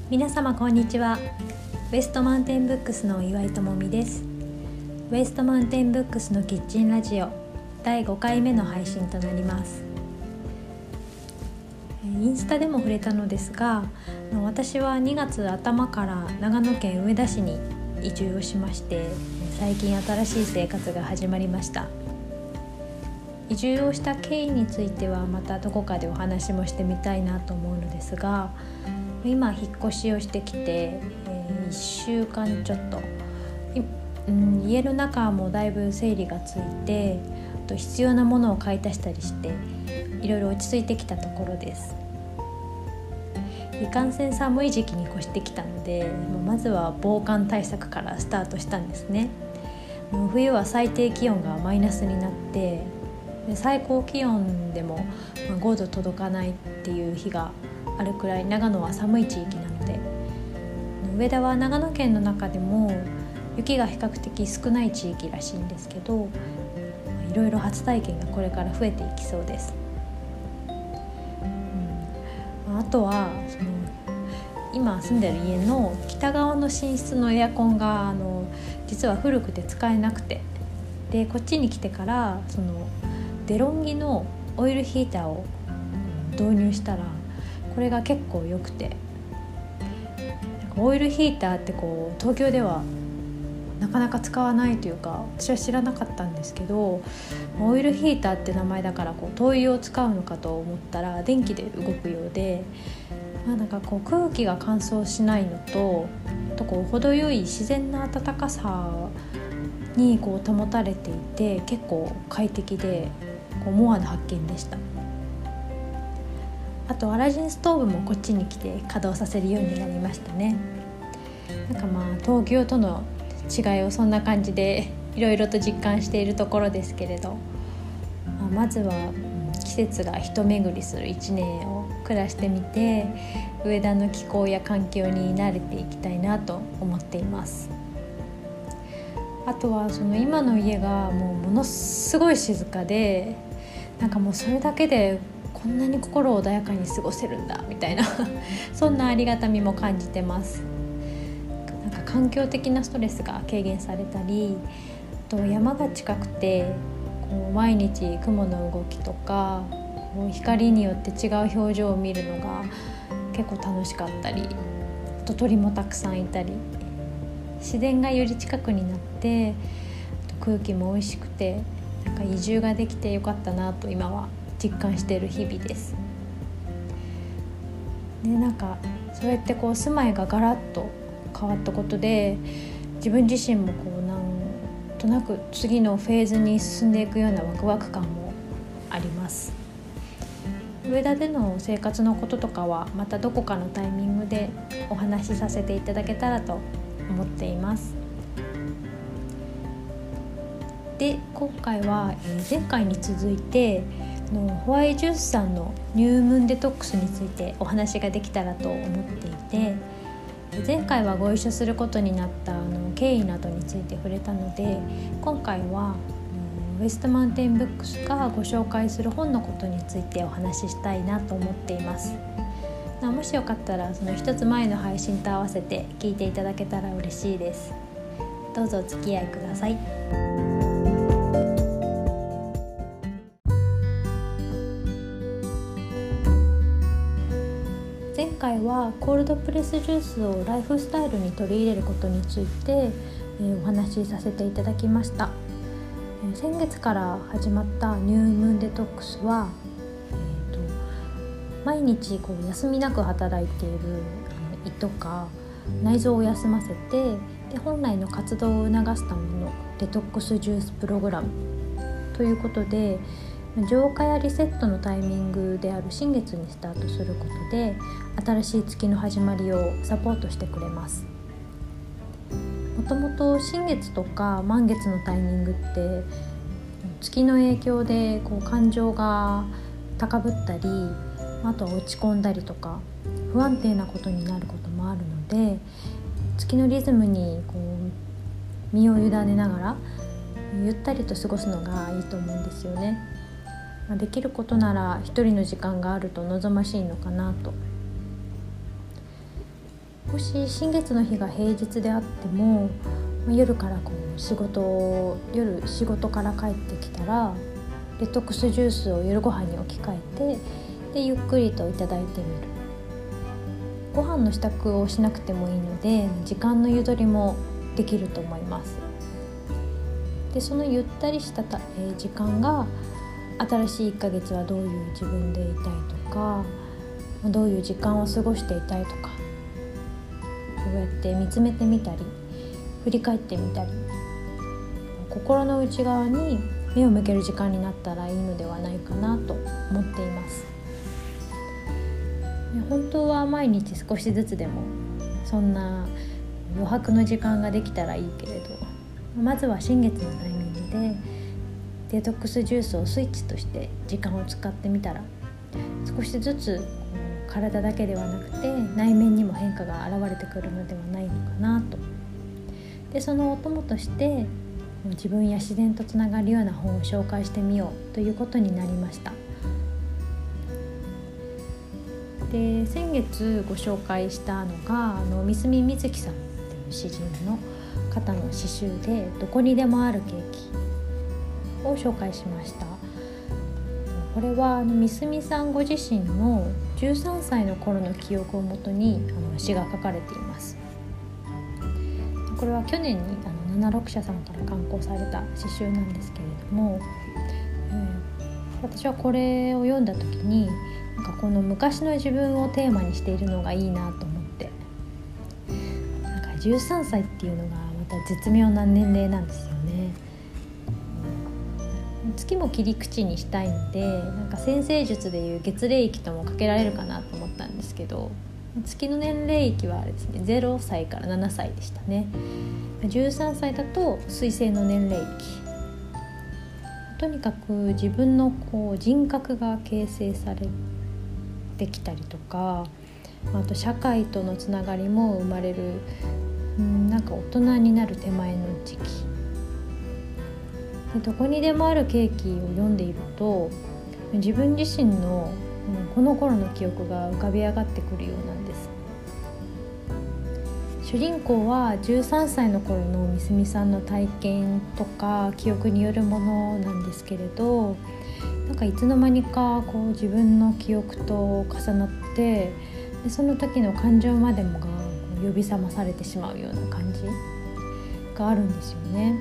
皆様こんにちは。ウエストマウンテンブックスの岩井智美です。ウエストマウンテンブックスのキッチンラジオ第5回目の配信となります。インスタでも触れたのですが、私は2月頭から長野県上田市に移住をしまして、最近新しい生活が始まりました。移住をした経緯についてはまたどこかでお話もしてみたいなと思うのですが、今引っ越しをしてきて、1週間ちょっと、家の中もだいぶ整理がついて、あと必要なものを買い足したりしていろいろ落ち着いてきたところです。いかんせん寒い時期に越してきたので、まずは防寒対策からスタートしたんですね。冬は最低気温がマイナスになって、最高気温でも5度届かないっていう日があるくらい長野は寒い地域なので、上田は長野県の中でも雪が比較的少ない地域らしいんですけど、いろいろ初体験がこれから増えていきそうです。あとは今住んでる家の北側の寝室のエアコンが実は古くて使えなくて、でこっちに来てからデロンギのオイルヒーターを導入したら、これが結構良くて、オイルヒーターって東京ではなかなか使わないというか、私は知らなかったんですけど、オイルヒーターって名前だから灯油を使うのかと思ったら電気で動くようで、空気が乾燥しないのと、あと程よい自然な暖かさに保たれていて、結構快適で思わぬ発見でした。あとアラジンストーブもこっちに来て稼働させるようになりましたね。東京との違いをそんな感じでいろいろと実感しているところですけれど、まずは季節が一巡りする1年を暮らしてみて、上田の気候や環境に慣れていきたいなと思っています。あとは今の家がものすごい静かで、もうそれだけでこんなに心穏やかに過ごせるんだみたいなそんなありがたみも感じてます。環境的なストレスが軽減されたり、あと山が近くて毎日雲の動きとか光によって違う表情を見るのが結構楽しかったり、あと鳥もたくさんいたり、自然がより近くになって、あと空気も美味しくて、移住ができてよかったなと今は実感している日々です。でそうやって住まいがガラッと変わったことで、自分自身もなんとなく次のフェーズに進んでいくようなワクワク感もあります。上田での生活のこととかはまたどこかのタイミングでお話しさせていただけたらと思っています。で今回は前回に続いてホワイジュースさんのニュームーンデトックスについてお話ができたらと思っていて、前回はご一緒することになった経緯などについて触れたので、今回はウエストマウンテンブックスがご紹介する本のことについてお話ししたいなと思っています。もしよかったら一つ前の配信と合わせて聞いていただけたら嬉しいです。どうぞお付き合いください。前回はコールドプレスジュースをライフスタイルに取り入れることについてお話しさせていただきました。先月から始まったニュームーンデトックスは、毎日休みなく働いている胃とか内臓を休ませて、で本来の活動を促すためのデトックスジュースプログラムということで、浄化やリセットのタイミングである新月にスタートすることで、新しい月の始まりをサポートしてくれます。もともと新月とか満月のタイミングって月の影響で感情が高ぶったり、あとは落ち込んだりとか不安定なことになることもあるので、月のリズムに身を委ねながらゆったりと過ごすのがいいと思うんですよね。できることなら一人の時間があると望ましいのかなと。 もし新月の日が平日であっても、夜から夜仕事から帰ってきたらデトックスジュースを夜ご飯に置き換えて、でゆっくりといただいてみる。ご飯の支度をしなくてもいいので時間のゆとりもできると思います。でそのゆったりした時間が新しい1ヶ月はどういう自分でいたいとか、どういう時間を過ごしていたいとか、そうやって見つめてみたり振り返ってみたり、心の内側に目を向ける時間になったらいいのではないかなと思っています。本当は毎日少しずつでもそんな余白の時間ができたらいいけれど、まずは新月のタイミングでデトックスジュースをスイッチとして時間を使ってみたら、少しずつ体だけではなくて内面にも変化が現れてくるのではないのかなと。でそのお供として自分や自然とつながるような本を紹介してみようということになりました。で先月ご紹介したのが三角みずきさんっていう詩人の方の詩集でどこにでもあるケーキを紹介しました。これは三角さんご自身の13歳の頃の記憶をもとに詩が書かれています。これは去年に76社さんから刊行された詩集なんですけれども、私はこれを読んだ時にこの昔の自分をテーマにしているのがいいなと思って、13歳っていうのがまた絶妙な年齢なんですよね。月も切り口にしたいので占星術でいう月齢域ともかけられるかなと思ったんですけど、月の年齢域はですね0歳から7歳でしたね。13歳だと水星の年齢域。とにかく自分の人格が形成されてきたりとか、あと社会とのつながりも生まれる、大人になる手前の時期で、どこにでもあるケーキを読んでいると自分自身のこの頃の記憶が浮かび上がってくるようなんです。主人公は13歳の頃の三角さんの体験とか記憶によるものなんですけれど、いつの間にか自分の記憶と重なって、でその時の感情までもが呼び覚まされてしまうような感じがあるんですよね。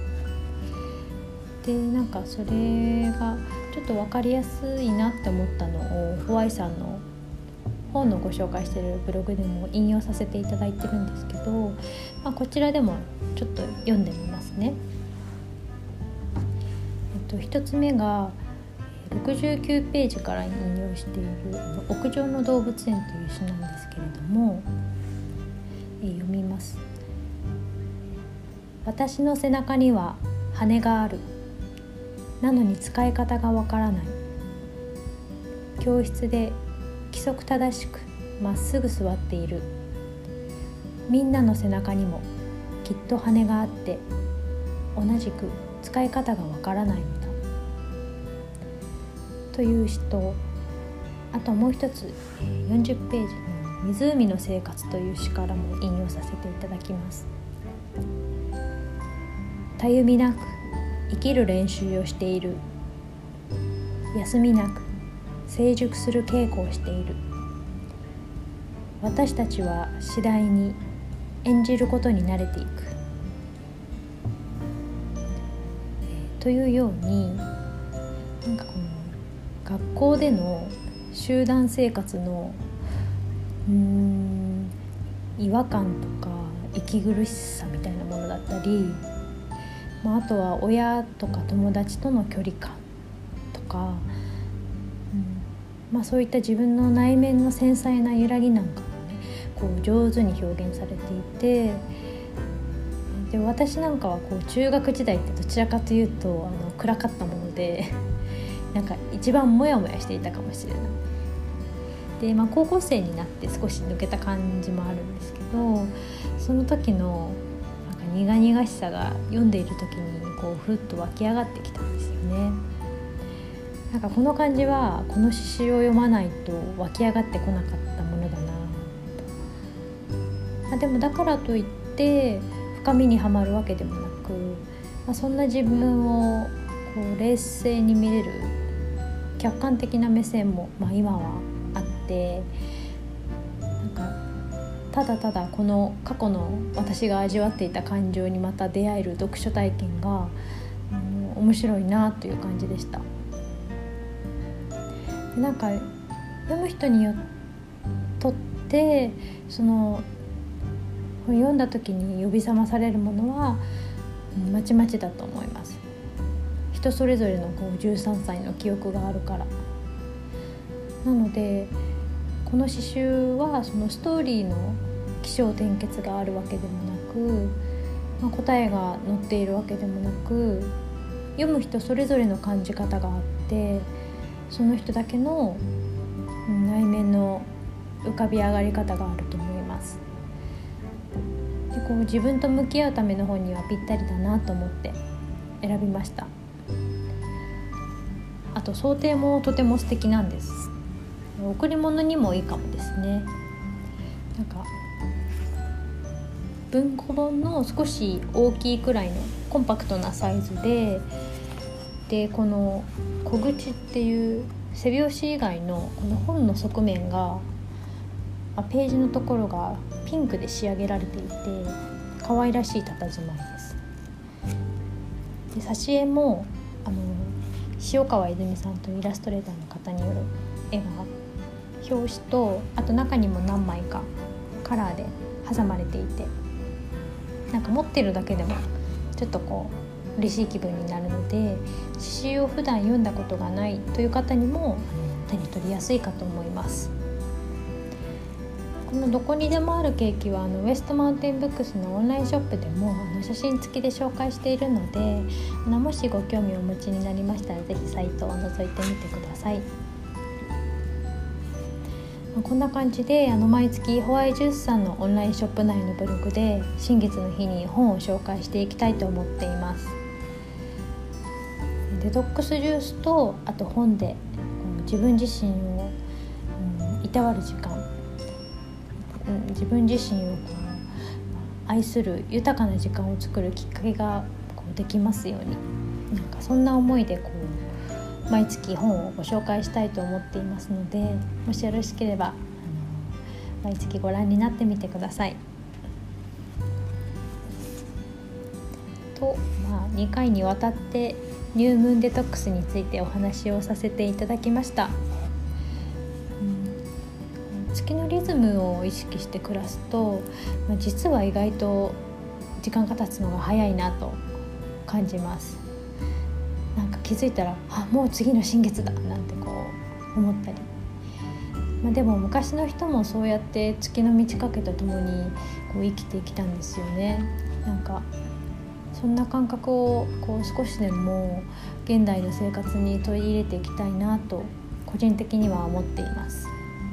でそれがちょっと分かりやすいなって思ったのをホワイさんの本のご紹介しているブログでも引用させていただいてるんですけど、こちらでもちょっと読んでみますね。一つ目が69ページから引用している屋上の動物園という詩なんですけれども、読みます。私の背中には羽がある。なのに使い方がわからない。教室で規則正しくまっすぐ座っている。みんなの背中にもきっと羽があって同じく使い方がわからないのだという詩と、あともう一つ40ページの湖の生活という詩からも引用させていただきます。たゆみなく生きる練習をしている。休みなく成熟する稽古をしている。私たちは次第に演じることに慣れていく、というようにこの学校での集団生活の違和感とか息苦しさみたいなものだったり、あとは親とか友達との距離感とか、そういった自分の内面の繊細な揺らぎなんかもね上手に表現されていて、で私なんかは中学時代ってどちらかというと暗かったもので一番モヤモヤしていたかもしれない。で、高校生になって少し抜けた感じもあるんですけど、その時の苦々しさが読んでいる時にふっと湧き上がってきたんですよね。この感じはこの詩集を読まないと湧き上がってこなかったものだなとでもだからといって深みにはまるわけでもなく、そんな自分をこう冷静に見れる客観的な目線も、今はあって、ただただこの過去の私が味わっていた感情にまた出会える読書体験が、面白いなという感じでした。で読む人にとってその読んだ時に呼び覚まされるものはまちまちだと思います。人それぞれの13歳の記憶があるから。なのでこの詩集はそのストーリーの起承転結があるわけでもなく、答えが載っているわけでもなく、読む人それぞれの感じ方があって、その人だけの内面の浮かび上がり方があると思います。で自分と向き合うための本にはぴったりだなと思って選びました。あと装丁もとても素敵なんです。贈り物にもいいかもですね。文庫本の少し大きいくらいのコンパクトなサイズで、この小口っていう背表紙以外のこの本の側面がページのところがピンクで仕上げられていて可愛らしい佇まいです。で挿絵も塩川泉さんというイラストレーターの方による絵が表紙と、あと中にも何枚かカラーで挟まれていて、持ってるだけでもちょっと嬉しい気分になるので、詩集を普段読んだことがないという方にも手に取りやすいかと思います。このどこにでもあるケーキはウエストマウンテンブックスのオンラインショップでも写真付きで紹介しているので、もしご興味をお持ちになりましたらぜひサイトを覗いてみてください。こんな感じで毎月ホワイジュースさんのオンラインショップ内のブログで新月の日に本を紹介していきたいと思っています。デトックスジュースとあと本で自分自身をいたわる時間、自分自身を愛する豊かな時間を作るきっかけができますように、そんな思いで毎月本をご紹介したいと思っていますので、もしよろしければ毎月ご覧になってみてください。と、2回にわたってニュームーンデトックスについてお話をさせていただきました。月のリズムを意識して暮らすと、実は意外と時間が経つのが早いなと感じます。気づいたらもう次の新月だなんて思ったり、でも昔の人もそうやって月の満ち欠けとともに生きてきたんですよね。そんな感覚を少しでも現代の生活に取り入れていきたいなと個人的には思っています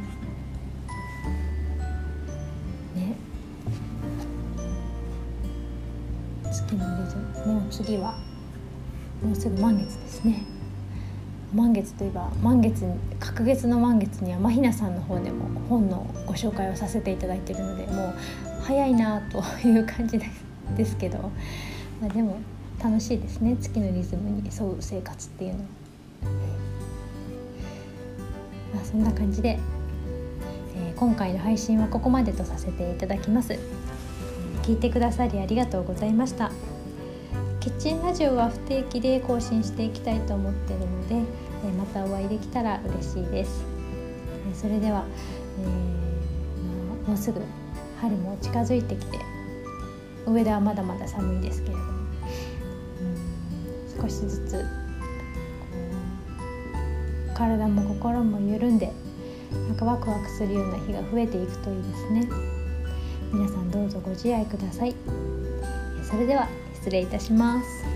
ね。月のリズム、もう次はもうすぐ満月ですね。満月といえば隔月の満月にはマヒナさんの方でも本のご紹介をさせていただいているので、もう早いなという感じですけど、でも楽しいですね。月のリズムに沿う生活っていうのは、そんな感じで、今回の配信はここまでとさせていただきます。聞いてくださりありがとうございました。キッチンラジオは不定期で更新していきたいと思っているので、またお会いできたら嬉しいです。それでは、もうすぐ春も近づいてきて、上田はまだまだ寒いですけれども、少しずつ体も心も緩んでワクワクするような日が増えていくといいですね。皆さんどうぞご自愛ください。それでは失礼いたします。